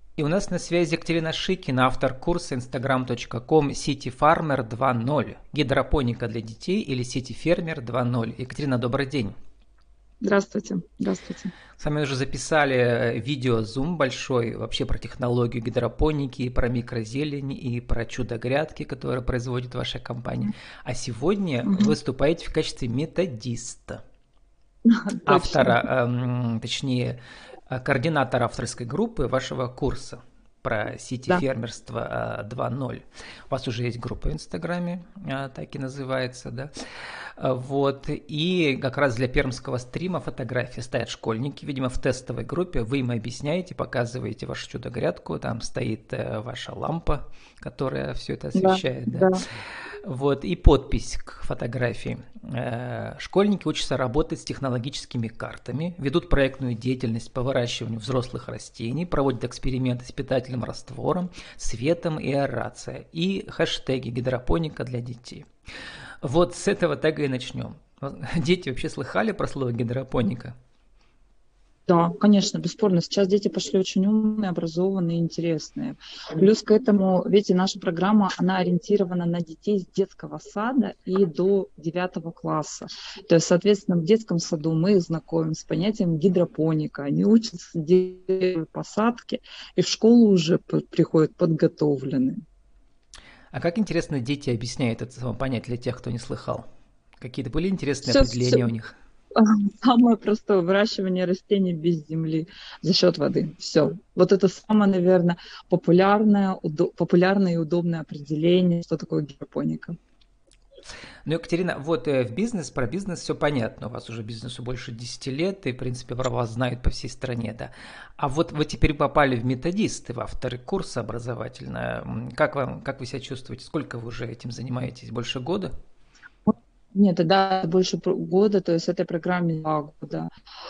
И у нас на связи Екатерина Шикина, автор курса instagram.com cityfarmer 2.0. Гидропоника для детей или cityfermer 2.0. Екатерина, добрый день. Здравствуйте, здравствуйте. С вами уже записали видео Zoom большой вообще про технологию гидропоники, про микрозелень и про чудо-грядки, которые производит ваша компания. А сегодня вы Мгм. выступаете в качестве методиста, Точно. автора, точнее, координатора авторской группы вашего курса про Да, сити-фермерство 2.0. У вас уже есть группа в Инстаграме, так и называется, да? Вот, и как раз для пермского стрима фотографии стоят школьники, видимо, в тестовой группе, вы им объясняете, показываете вашу чудо-грядку, там стоит ваша лампа, которая все это да, освещает, да? да. Вот, и подпись к фотографии. Школьники учатся работать с технологическими картами, ведут проектную деятельность по выращиванию взрослых растений, проводят эксперименты с питательным раствором, светом и аэрация, и хэштеги «Гидропоника для детей». Вот с этого тега и начнем. Дети вообще слыхали про слово гидропоника? Да, конечно, бесспорно. Сейчас дети пошли очень умные, образованные, интересные. Плюс к этому, видите, наша программа, она ориентирована на детей с детского сада и до 9 класса. То есть, соответственно, в детском саду мы их знакомим с понятием гидропоника. Они учатся делать посадки, и в школу уже приходят подготовленные. А как интересно дети объясняют это само понятие для тех, кто не слыхал? Какие-то были интересные Все, определения у них? самое простое выращивание растений без земли за счет воды. Все. Вот это самое, наверное, популярное и удобное определение, что такое гидропоника. Ну, Екатерина, вот про бизнес все понятно. У вас уже бизнесу больше 10 лет, и, в принципе, про вас знают по всей стране, да. А вот вы теперь попали в методисты, в авторы курса образовательного. Как вы себя чувствуете? Сколько вы уже этим занимаетесь? Больше года? Нет, да, больше года, то есть этой программе 2 года.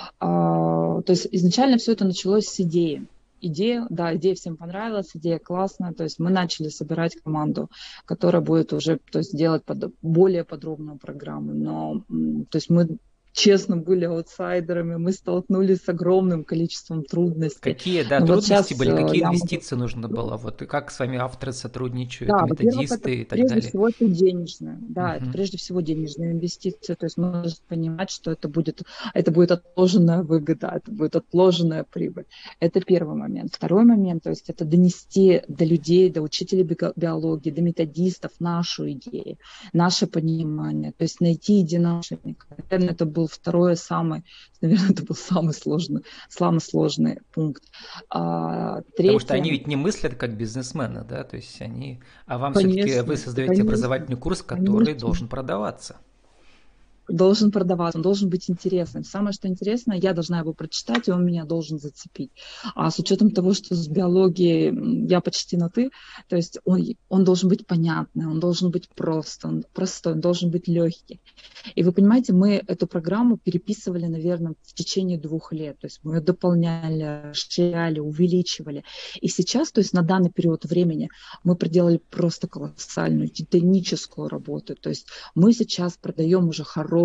То есть изначально все это началось с идеи. Идея, да, идея всем понравилась, идея классная, то есть мы начали собирать команду, которая будет уже, то есть делать более подробную программу, но, то есть мы честно были аутсайдерами, мы столкнулись с огромным количеством трудностей. Какие, да, Но вот трудности сейчас были, какие я могу. инвестиции нужно было? Вот и как с вами авторы сотрудничают, Да, во-первых, это методисты и так прежде далее? всего это денежные. Да, это Мгм. прежде всего денежные инвестиции. То есть мы должны понимать, что это будет отложенная выгода, это будет отложенная прибыль. Это первый момент. Второй момент, то есть это донести до людей, до учителей биологии, до методистов нашу идею, наше понимание. То есть найти единомышленника. Наверное, это был наверное, это был самый сложный пункт. Потому что Третье, они ведь не мыслят как бизнесмены, да, то есть они, а вам все-таки вы конечно, создаете конечно, образовательный курс, который конечно. должен продаваться. Должен продаваться, он должен быть интересным. Самое, что интересно, я должна его прочитать, и он меня должен зацепить. А с учетом того, что с биологией я почти на «ты», то есть он должен быть понятный, он должен быть простой, он должен быть легкий. И вы понимаете, мы эту программу переписывали, наверное, в течение 2 лет. То есть мы ее дополняли, расширяли, увеличивали. И сейчас, то есть на данный период времени, мы проделали просто колоссальную титаническую работу. То есть мы сейчас продаем уже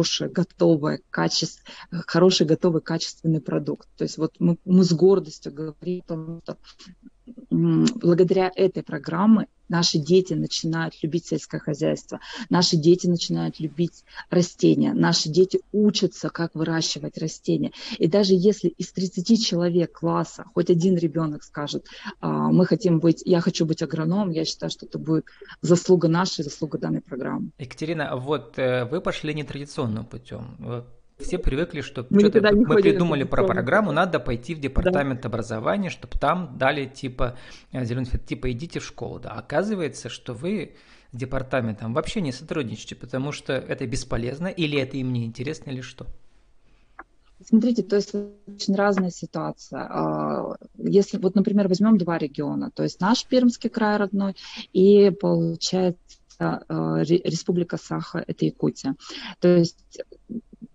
хороший, готовый, качественный продукт. То есть вот мы с гордостью говорим, потому что благодаря этой программе наши дети начинают любить сельское хозяйство, наши дети начинают любить растения, наши дети учатся, как выращивать растения. И даже если из 30 человек класса хоть один ребенок скажет, я хочу быть агрономом, я считаю, что это будет заслуга наша, заслуга данной программы. Екатерина, вот вы пошли нетрадиционным путем. Вот все привыкли, что Мы никогда что-то не мы ходили придумали про традиционным программу, путем. надо пойти в Да. департамент образования, чтобы там дали типа зеленый свет, типа идите в школу. Да, оказывается, что вы с департаментом вообще не сотрудничаете, потому что это бесполезно, или это им не интересно, или что. Смотрите, то есть очень разная ситуация. Если вот, например, возьмем 2 региона, то есть наш Пермский край родной и, получается, Республика Саха, это Якутия. То есть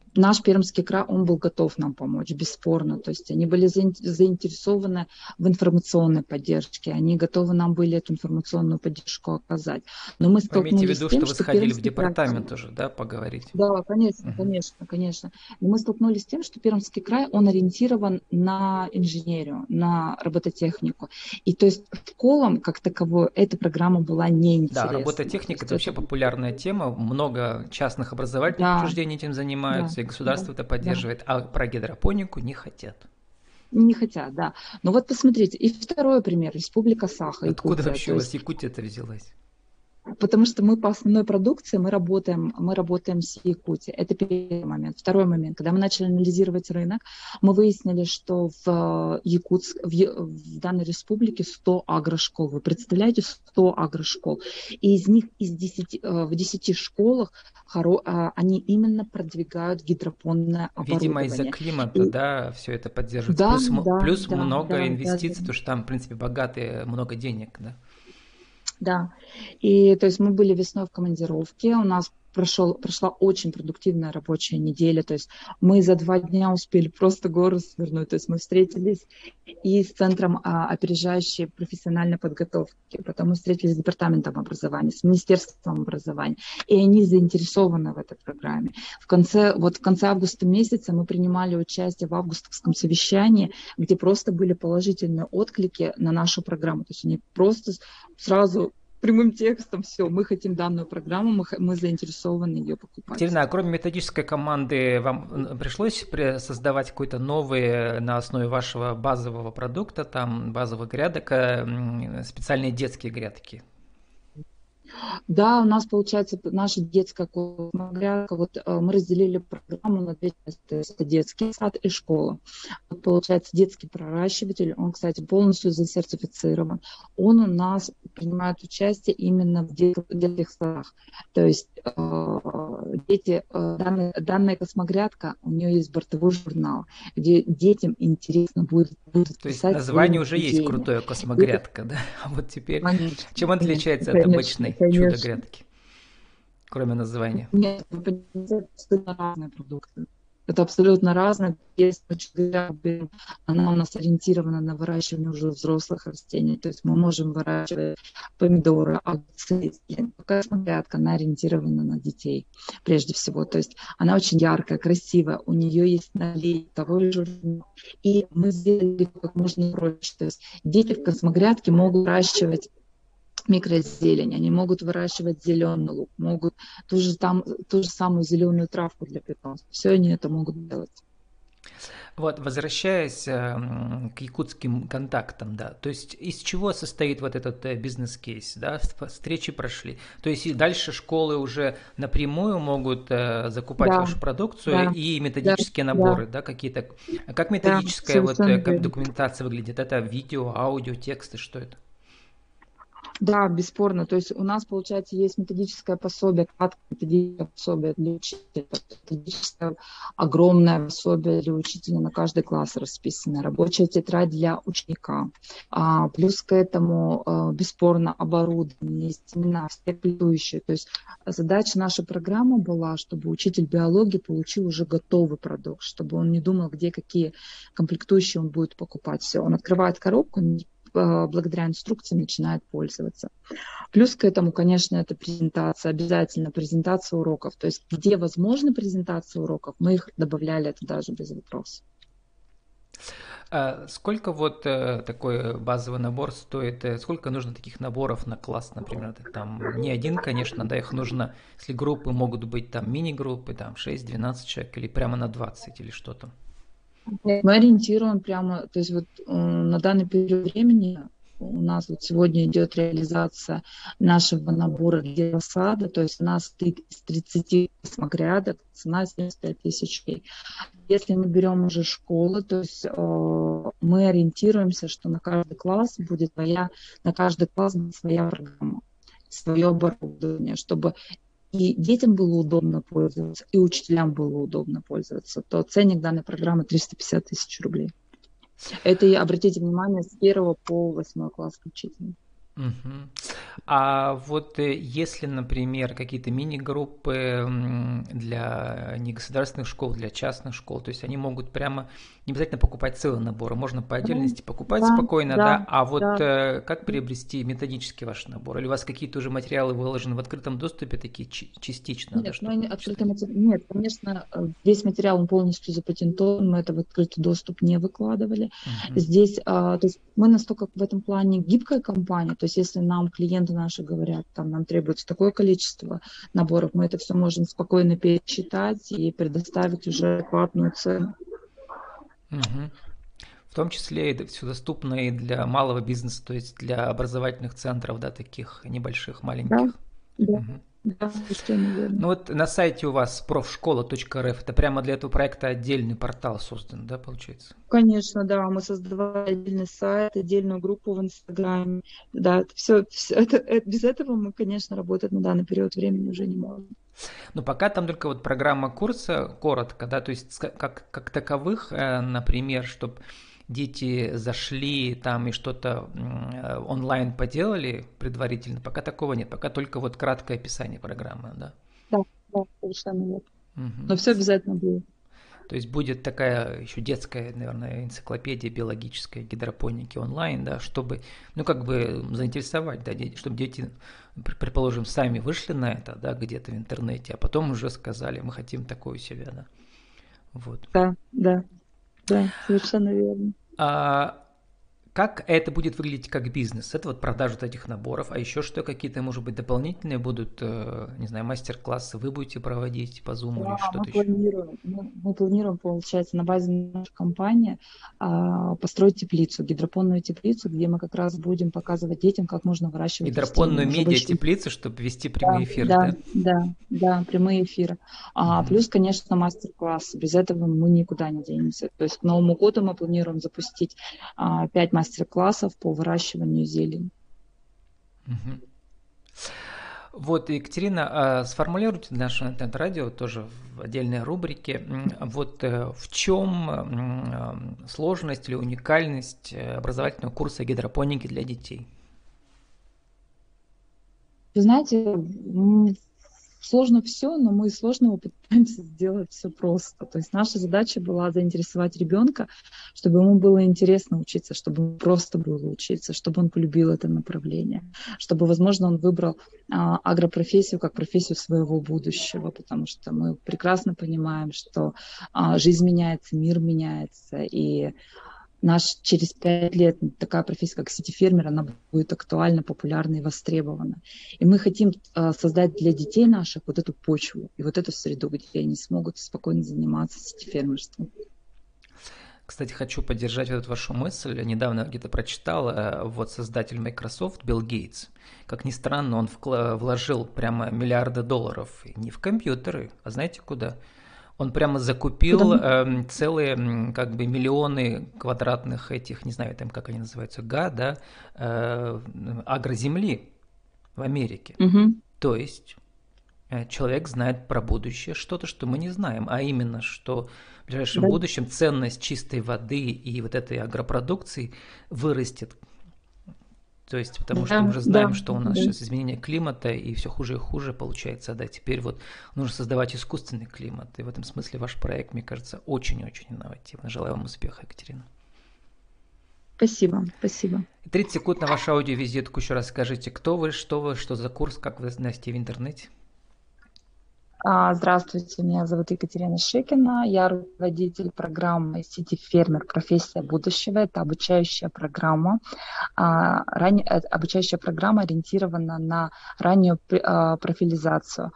Наш Пермский край, он был готов нам помочь, бесспорно. То есть они были заинтересованы в информационной поддержке, они готовы нам были эту информационную поддержку оказать. Но мы Вы имеете в столкнулись с виду, что тем, вы что сходили в Пермский край... департамент уже, да, поговорить? Да, конечно, Мгм. конечно, конечно. И мы столкнулись с тем, что Пермский край, он ориентирован на инженерию, на робототехнику. И то есть школам, как таковой, эта программа была Да, неинтересна. То робототехника – есть это вообще это... популярная тема. Много частных образовательных Да, учреждений этим да, занимаются, и да, государство это да. поддерживает, а про гидропонику не хотят. Не хотят, да. Но вот посмотрите, и второй пример, Республика Саха, Откуда Якутия. вообще То у вас есть Якутия-то взялась? потому что мы по основной продукции мы работаем с Якутией. Это первый момент. Второй момент. Когда мы начали анализировать рынок, мы выяснили, что в Якутск, в данной республике 100 агрошкол. Вы представляете, 100 агрошкол. И из них в 10 школах они именно продвигают гидропонное Видимо, из-за оборудование. климата, И да, все это поддерживается. да, да, Плюс да, много да, да, инвестиций, потому что там, в принципе, богатые, много денег, да. да. И то есть мы были весной в командировке, у нас прошла очень продуктивная рабочая неделя, то есть мы за 2 дня успели просто горы свернуть, то есть мы встретились и с Центром опережающей профессиональной подготовки, потом мы встретились с Департаментом образования, с Министерством образования, и они заинтересованы в этой программе. В конце августа месяца мы принимали участие в августовском совещании, где просто были положительные отклики на нашу программу, то есть они просто сразу прямым текстом все, мы хотим данную программу, мы заинтересованы ее покупать. Екатерина, а кроме методической команды, вам пришлось создавать какой-то новый на основе вашего базового продукта, там, базовых грядок, специальные детские грядки? Да, у нас получается наша детская космогрядка. Вот мы разделили программу на две части. То есть это детский сад и школа. Вот получается детский проращиватель, он, кстати, полностью засертифицирован. Он у нас принимает участие именно в детских садах. То есть данная космогрядка, у нее есть бортовой журнал, где детям интересно будет То есть писать свои название уже есть наблюдения. крутое И это, космогрядка, да? А вот теперь, конечно, чем конечно, отличается от конечно, обычной конечно. чудо-грядки, кроме названия? Нет, вы понимаете, это абсолютно разные продукты. Это абсолютно разные. Если мы говоря, она у нас ориентирована на выращивание уже взрослых растений. То есть мы можем выращивать помидоры, огурцы. Такая смотрядка, она ориентирована на детей прежде всего. То есть она очень яркая, красивая. У нее есть налей того же. И мы сделали как можно проще. То есть дети в космогрядке могут выращивать микрозелень, они могут выращивать зеленый лук, могут ту же самую зеленую травку для питомцев. Все они это могут делать. Вот, возвращаясь к якутским контактам, да, то есть из чего состоит вот этот бизнес-кейс, да, встречи прошли, то есть и дальше школы уже напрямую могут закупать Да, вашу продукцию да, и да, методические да, наборы, да, какие-то. Как да, методическая вот совершенно как верно. документация выглядит? Это видео, аудио, тексты, что это? Да, бесспорно. То есть у нас, получается, есть методическое пособие, краткое методическое пособие для учителя, методическое огромное пособие для учителя, на каждый класс расписано, рабочая тетрадь для ученика. Плюс к этому, бесспорно, оборудование, есть именно все плюющие. То есть задача нашей программы была, чтобы учитель биологии получил уже готовый продукт, чтобы он не думал, где какие комплектующие он будет покупать. Все, он открывает коробку, благодаря инструкциям начинает пользоваться. Плюс к этому, конечно, это презентация, обязательно презентация уроков. То есть где возможна презентация уроков, мы их добавляли это даже без вопросов. А сколько вот такой базовый набор стоит? Сколько нужно таких наборов на класс, например? Там не один, конечно, да, их нужно, если группы могут быть там мини-группы, там 6-12 человек или прямо на 20 или что там. Мы ориентируем прямо, то есть вот на данный период времени у нас вот сегодня идет реализация нашего набора для сада, то есть у нас стоит из 30 космогрядок, цена 75 тысяч рублей. Если мы берем уже школы, то есть мы ориентируемся, что на каждый класс будет своя программа, свое оборудование, чтобы и детям было удобно пользоваться, и учителям было удобно пользоваться, то ценник данной программы 350 тысяч рублей. Это, и обратите внимание, с 1 по 8 класс включительно. Мгм. А вот если, например, какие-то мини-группы для негосударственных школ, для частных школ, то есть они могут прямо не обязательно покупать целый набор, а можно по Да, отдельности покупать да, спокойно, да, да? А вот да. как приобрести методический ваш набор? Или у вас какие-то уже материалы выложены в открытом доступе, такие частично, да, Нет, мы чтобы открытый почитать? материал. Нет, конечно, весь материал он полностью запатентован, мы это в открытый доступ не выкладывали. Мгм. Здесь, то есть мы настолько в этом плане гибкая компания, то есть если нам клиенты наши говорят, там нам требуется такое количество наборов, мы это все можем спокойно пересчитать и предоставить уже адекватную цену. Мгм. В том числе это все доступно и для малого бизнеса, то есть для образовательных центров, да, таких небольших, Да, маленьких. да, Мгм. да, совершенно верно. Ну вот на сайте у вас профшкола.рф, это прямо для этого проекта отдельный портал создан, да, получается? Конечно, да, мы создавали отдельный сайт, отдельную группу в Инстаграме. Да, это все без этого мы, конечно, работать на данный период времени уже не можем. Ну пока там только вот программа курса, коротко, да, то есть как таковых, например, чтобы дети зашли там и что-то онлайн поделали предварительно, пока такого нет, пока только вот краткое описание программы, да. Да, да, совершенно верно. Но Мгм. все обязательно будет. То есть будет такая еще детская, наверное, энциклопедия биологической гидропоники онлайн, да, чтобы, ну, как бы заинтересовать, да, чтобы дети, предположим, сами вышли на это, да, где-то в интернете, а потом уже сказали, мы хотим такое у себя, да. Вот. Да, да, да, совершенно верно. А как это будет выглядеть как бизнес? Это вот продажа вот этих наборов, а еще что, какие-то, может быть, дополнительные будут, не знаю, мастер-классы вы будете проводить по Zoom или Да, что-то еще? мы планируем, получается, на базе нашей компании построить теплицу, гидропонную теплицу, где мы как раз будем показывать детям, как можно выращивать растения Гидропонную уже большим. медиа-теплицу, чтобы вести Да, прямые эфиры, да, да? да, да, прямые эфиры. Мгм. Плюс, конечно, мастер-классы. Без этого мы никуда не денемся. То есть к Новому году мы планируем запустить 5 мастер-классов по выращиванию зелени. Мгм. Вот, Екатерина, сформулируйте для нашего интернет-радио тоже в отдельной рубрике, вот в чем сложность или уникальность образовательного курса гидропоники для детей? Вы знаете, сложно все, но мы из сложного пытаемся сделать все просто. То есть наша задача была заинтересовать ребенка, чтобы ему было интересно учиться, чтобы ему просто было учиться, чтобы он полюбил это направление, чтобы, возможно, он выбрал агропрофессию как профессию своего будущего, потому что мы прекрасно понимаем, что жизнь меняется, мир меняется, и через 5 лет такая профессия, как сити-фермер, она будет актуальна, популярна и востребована. И мы хотим создать для детей наших вот эту почву и вот эту среду, где они смогут спокойно заниматься сити-фермерством. Кстати, хочу поддержать вот эту вашу мысль. Недавно где-то прочитал, вот создатель Microsoft Билл Гейтс. Как ни странно, он вложил прямо миллиарды долларов не в компьютеры, а знаете куда? Он прямо Куда закупил мы? целые как бы миллионы квадратных этих, не знаю там как они называются, да, э, агроземли в Америке. Мгм. То есть человек знает про будущее что-то, что мы не знаем, а именно, что в ближайшем Да, будущем ценность чистой воды и вот этой агропродукции вырастет. То есть, потому что мы да, уже да, знаем, что у нас да. сейчас изменение климата, и все хуже и хуже получается, да, теперь вот нужно создавать искусственный климат. И в этом смысле ваш проект, мне кажется, очень-очень инновативный. Желаю вам успеха, Екатерина. Спасибо, спасибо. 30 секунд на вашу аудиовизитку. Еще раз скажите, кто вы, что за курс, как вы найти в интернете. Здравствуйте, меня зовут Екатерина Шикина, я руководитель программы City Фермер «Профессия будущего». Это обучающая программа ориентирована на раннюю профилизацию.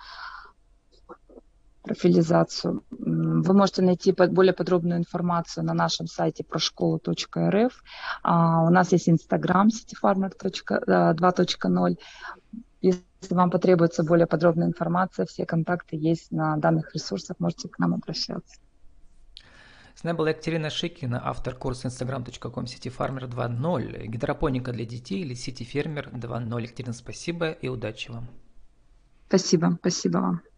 Вы можете найти более подробную информацию на нашем сайте прошкола.рф. У нас есть Инстаграм cityfarmer2.0. Если вам потребуется более подробная информация, все контакты есть на данных ресурсах, можете к нам обращаться. С нами была Екатерина Шикина, автор курса instagram.com cityfarmer 2.0, гидропоника для детей или cityfermer 2.0. Екатерина, спасибо и удачи вам. Спасибо, спасибо вам.